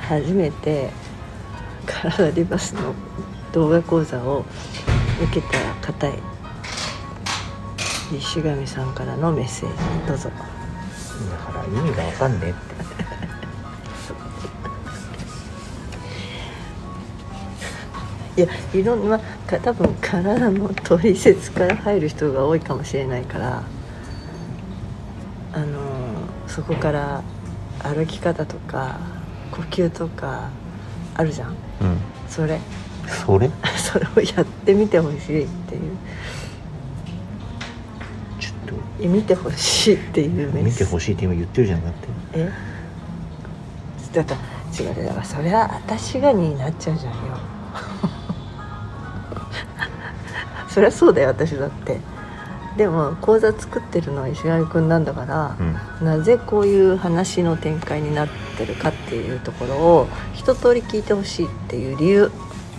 初めて体リバースの動画講座を受けた方へ、石上さんからのメッセージどうぞ。 だから意味が分かんねえっていや、いろんな多分体のトリセツから入る人が多いかもしれないから、そこから歩き方とか呼吸とかあるじゃん、それをやってみてほしいっていう、 ちょっと見てほしいっていう見てほしいって今言ってるじゃん。だってだから違う、だからそれは私がになっちゃうじゃんよそりゃそうだよ、私だって。でも講座作ってるのは石上くんなんだから、なぜこういう話の展開になってるかっていうところを一通り聞いてほしいっていう理由。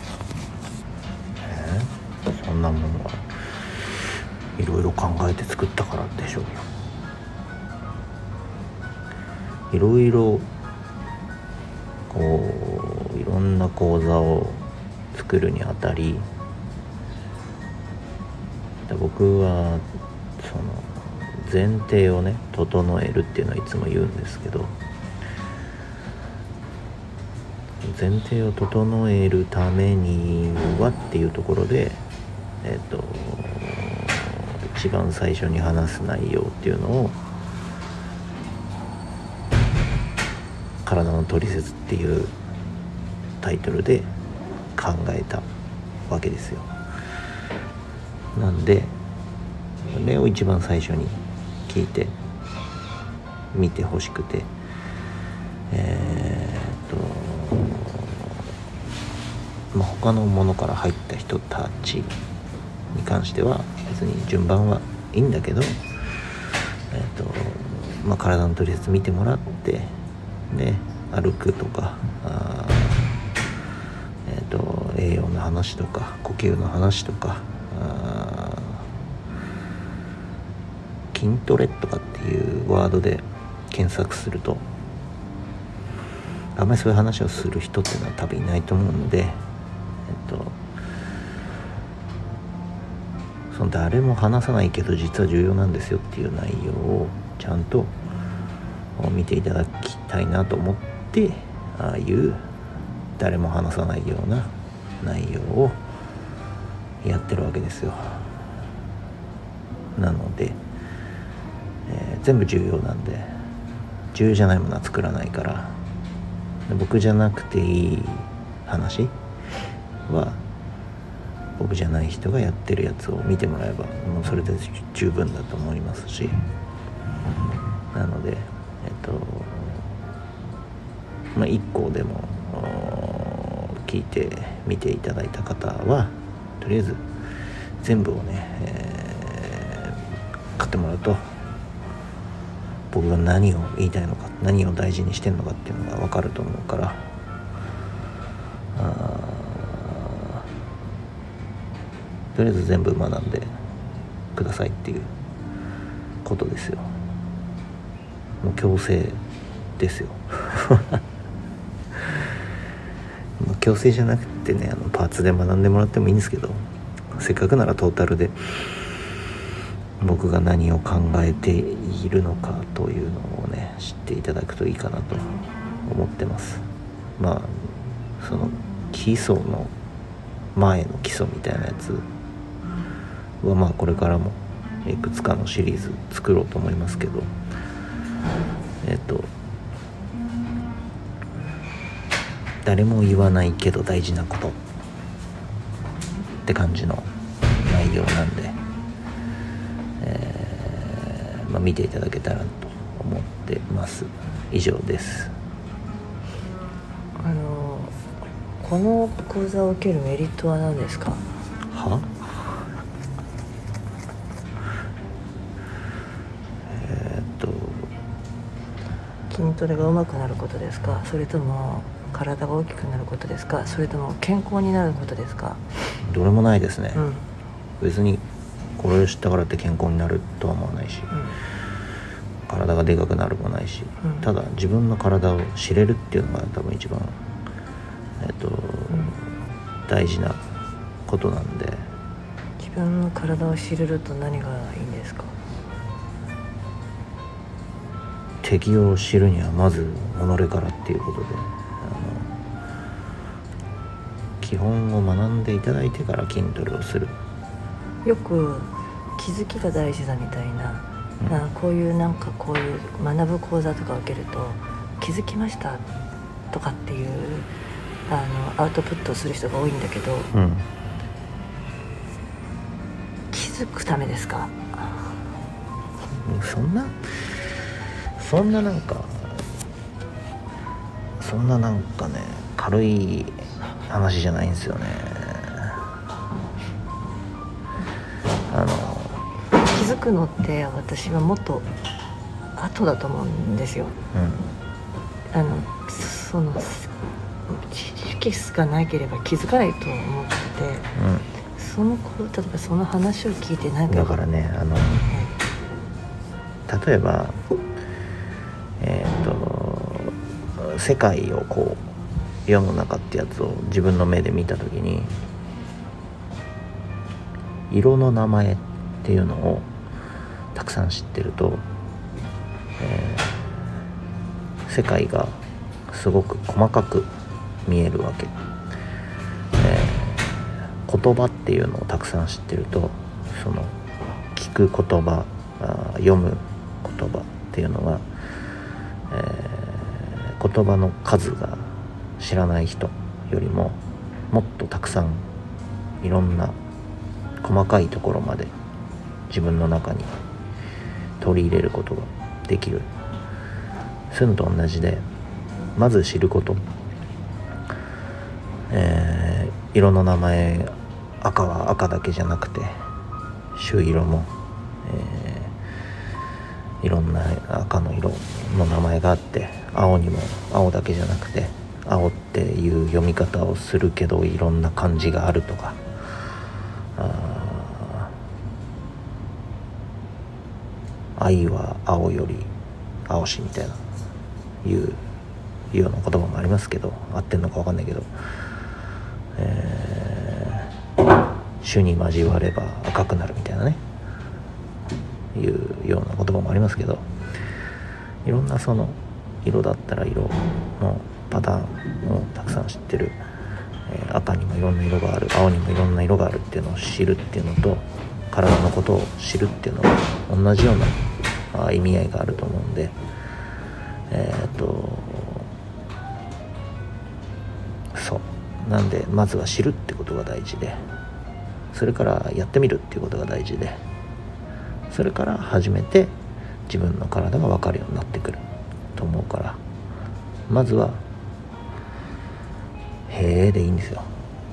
そんなものはいろいろ考えて作ったからでしょうよ。いろいろいろんな講座を作るにあたり、僕はその前提をね整えるっていうのはいつも言うんですけど、前提を整えるためにはっていうところで、一番最初に話す内容っていうのを体のトリセツっていうタイトルで考えたわけですよ。なんでそれを一番最初に聞いて見てほしくて、他のものから入った人たちに関しては別に順番はいいんだけど、体のトリセツ見てもらってで歩くとか栄養の話とか呼吸の話とか筋トレとかっていうワードで検索するとあんまりそういう話をする人っていうのは多分いないと思うので、その誰も話さないけど実は重要なんですよっていう内容をちゃんと見ていただきたいなと思って、ああいう誰も話さないような内容をやってるわけですよ。なので、全部重要なんで、重要じゃないものは作らないから、僕じゃなくていい話は僕じゃない人がやってるやつを見てもらえばもうそれで十分だと思いますし、なので1個でも聞いてみていただいた方はとりあえず全部をね、買ってもらうと僕が何を言いたいのか、何を大事にしてるのかっていうのが分かると思うから、とりあえず全部学んでくださいっていうことですよ。もう強制ですよ強制じゃなくてね、パーツで学んでもらってもいいんですけど、せっかくならトータルで僕が何を考えているのかというのをね知っていただくといいかなと思ってます。その基礎の前の基礎みたいなやつはこれからもいくつかのシリーズ作ろうと思いますけど、誰も言わないけど大事なことって感じの内容なんで、見ていただけたらと思ってます。以上です。 この講座を受けるメリットは何ですか？筋トレが上手くなることですか？それとも体が大きくなることですか？それとも健康になることですか？ どれもないですね、別にこれを知ったからって健康になるとは思わないし、 体がでかくなるもないし、ただ自分の体を知れるっていうのが多分一番、大事なことなんで。 自分の体を知れると何がいいんですか？ 敵を知るにはまず己からっていうことで、基本を学んでいただいてから筋トレをする。 よく気づきが大事だみたいな、こういうこういう学ぶ講座とか受けると気づきましたとかっていうアウトプットをする人が多いんだけど、気づくためですか？ そんななんかね、軽い話じゃないんですよね。 気づくのって私はもっと後だと思うんですよ。その知識がなければ気づかないと思ってて、例えばその話を聞いて何かだからね、例えば世界をこう世の中ってやつを自分の目で見た時に、色の名前っていうのをたくさん知ってると、世界がすごく細かく見えるわけ。言葉っていうのをたくさん知ってると、その聞く言葉、読む言葉っていうのは、言葉の数が知らない人よりももっとたくさんいろんな細かいところまで自分の中に取り入れることができる。そういうのと同じで、まず知ること、色の名前、赤は赤だけじゃなくて朱色も、いろんな赤の色の名前があって、青にも青だけじゃなくて青っていう読み方をするけどいろんな漢字があるとか、愛は青より青しみたいないうような言葉もありますけど、合ってんのか分かんないけど、朱に交われば赤くなるみたいなね、いうような言葉もありますけど、いろんなその色だったら色のパターンをたくさん知ってる、赤にもいろんな色がある、青にもいろんな色があるっていうのを知るっていうのと、体のことを知るっていうのは同じような意味合いがあると思うんで、そうなんで、まずは知るってことが大事で、それからやってみるっていうことが大事で、それから初めて自分の体が分かるようになってくると思うから、まずはへーでいいんですよ。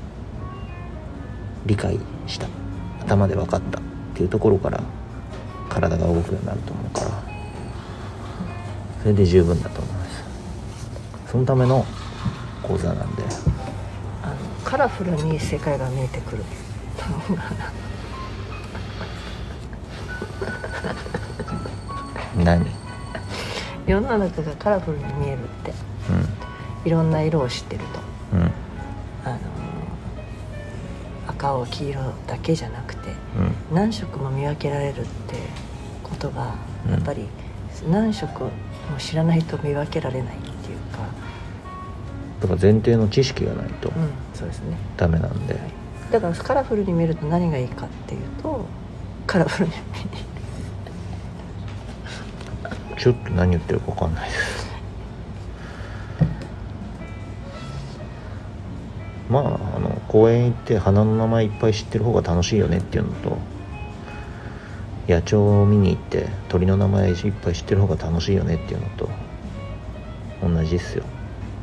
理解した、頭で分かったっていうところから体が動くようになると思うから、それで十分だと思います。そのための講座なんで、 カラフルに世界が見えてくる何？ 世の中がカラフルに見えるって、いろんな色を知ってると、赤青黄色だけじゃなくて、何色も見分けられるってことがやっぱり、何色も知らないと見分けられないっていうか、 だから前提の知識がないとそうですね、 ダメなんで、 だからカラフルに見ると何がいいかっていうと、カラフルにちょっと何言ってるか分かんないです。まあ公園行って花の名前いっぱい知ってる方が楽しいよねっていうのと、野鳥を見に行って鳥の名前いっぱい知ってる方が楽しいよねっていうのと同じですよ。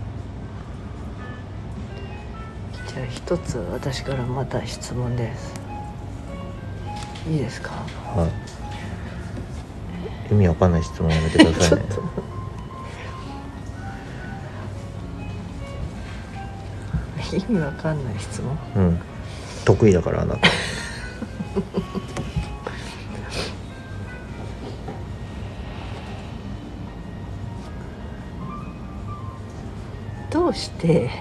じゃあ一つ私からまた質問です。いいですか？ はい。意味わかんない質問やめてくださいね。 意味わかんない質問？ 得意だからあなた。 どうして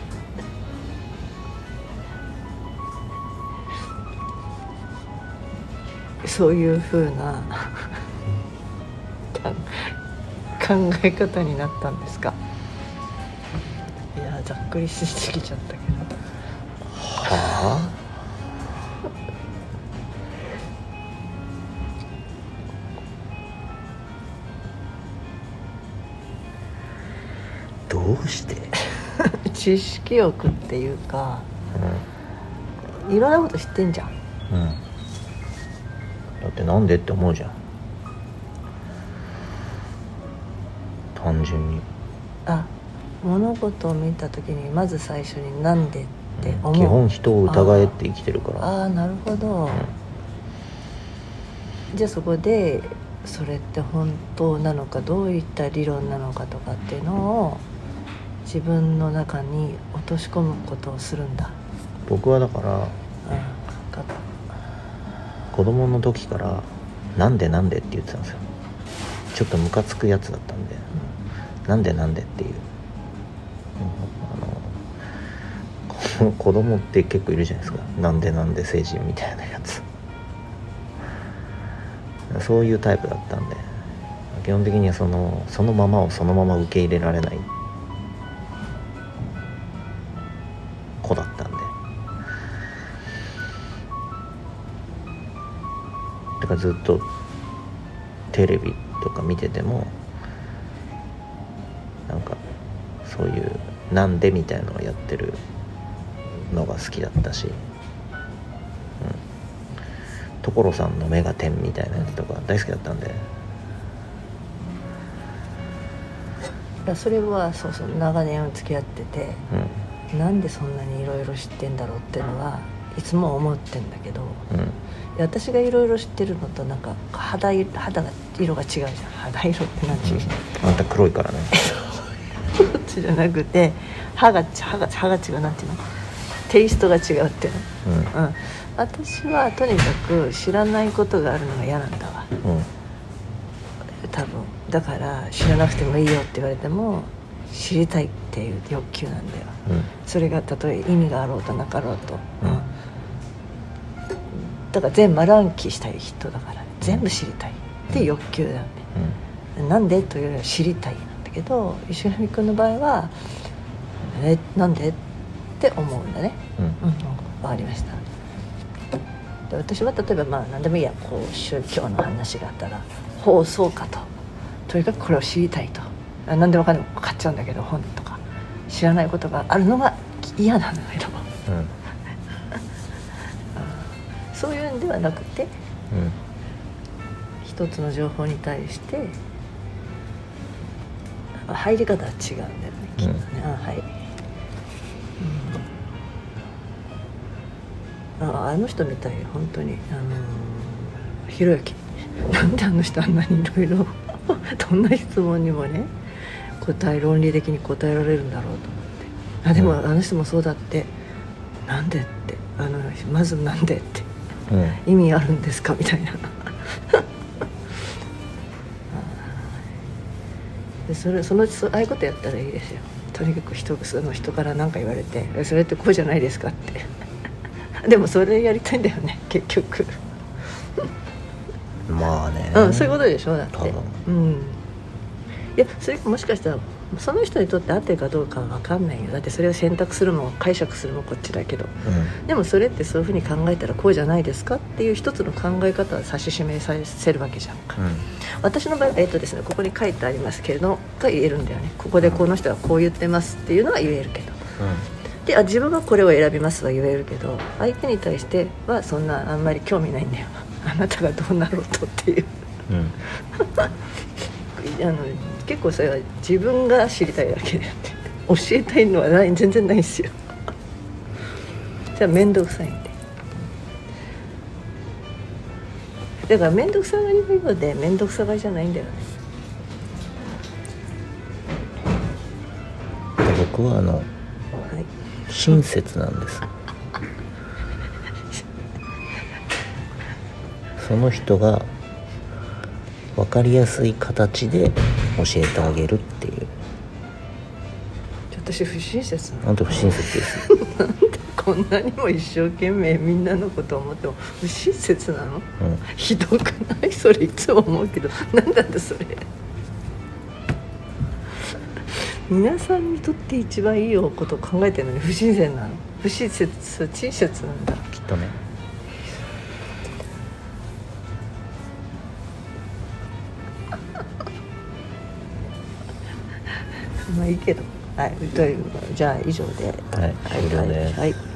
そういう風な考え方になったんですか？いやざっくりしすぎちゃったけど。 はあどうして知識欲っていうか、いろんなこと知ってんじゃん。 だってなんでって思うじゃん、単純に。 物事を見た時にまず最初になんでって思う、 基本人を疑えって生きてるから。 なるほど、じゃあそこでそれって本当なのか、どういった理論なのかとかっていうのを自分の中に落とし込むことをするんだ。 僕はだから子供の時からなんでなんでって言ってたんですよ。ちょっとムカつくやつだったんで、なんでなんでっていう、子供って結構いるじゃないですか、なんでなんで成人みたいなやつ。そういうタイプだったんで、基本的にはそのままをそのまま受け入れられない子だったんで、だからずっとテレビとか見ててもなんかそういうなんでみたいなのをやってるのが好きだったし、所さんのメガテンみたいなやつとか大好きだったんで。 それはそう長年付き合ってて、なんでそんなにいろいろ知ってんだろうっていうのはいつも思ってんだけど、私がいろいろ知ってるのとなんか肌が色が違うじゃん。肌色って何ちゅう、 あんた黒いからねそっちじゃなくて歯が違う、なんていうの、テイストが違うっていうの、私はとにかく知らないことがあるのが嫌なんだわ、多分。だから知らなくてもいいよって言われても知りたいっていう欲求なんだよ、それがたとえ意味があろうとなかろうと、だから全部乱気したい人だから、全部知りたいっていう欲求なんで、なんでというよりは知りたいなんだけど、石上君の場合はなんでって思うんだね。わかりました。で私は例えば何でもいいや、こう宗教の話があったらそうかとにかくこれを知りたいと、何でもかんでも買っちゃうんだけど、本とか知らないことがあるのが嫌なんだけど、そういうんではなくて、一つの情報に対して入り方は違うんだよね、きっとね。あの人みたい、本当にひろゆき、なんであの人あんなにいろいろどんな質問にもね論理的に答えられるんだろうと思って、でもあの人もそうだって、なんでってまずなんでって、意味あるんですかみたいなでああいうことやったらいいですよ。とにかく人から何か言われて、それってこうじゃないですかってでもそれやりたいんだよね結局まあね、 そういうことでしょ、だって。いや、それもしかしたらその人にとって合ってるかどうかは分かんないよ。だってそれを選択するも解釈するもこっちだけど、でもそれってそういうふうに考えたらこうじゃないですかっていう一つの考え方は指し示させるわけじゃんか、私の場合はですね、ここに書いてありますけれどが言えるんだよね。ここでこの人はこう言ってますっていうのは言えるけど、で自分はこれを選びますは言えるけど、相手に対してはそんなあんまり興味ないんだよあなたがどうなろうとっていう結構それは自分が知りたいだけで教えたいのは全然ないんですよじゃあ面倒くさいんで、だから面倒くさがりのようで面倒くさがりじゃないんだよね。 僕は親切なんですその人が分かりやすい形で教えてあげるっていう。 私不親切なの？ あんた不親切ですなんでこんなにも一生懸命みんなのことを思っても不親切なの？ひどくない？それいつも思うけど、なんだってそれ。皆さんにとって一番いいことを考えてるのに不親切なの？不親切、親切なんだきっとね。 まあいいけど、はい、というじゃあ以上で、 はい、終了です。 はい。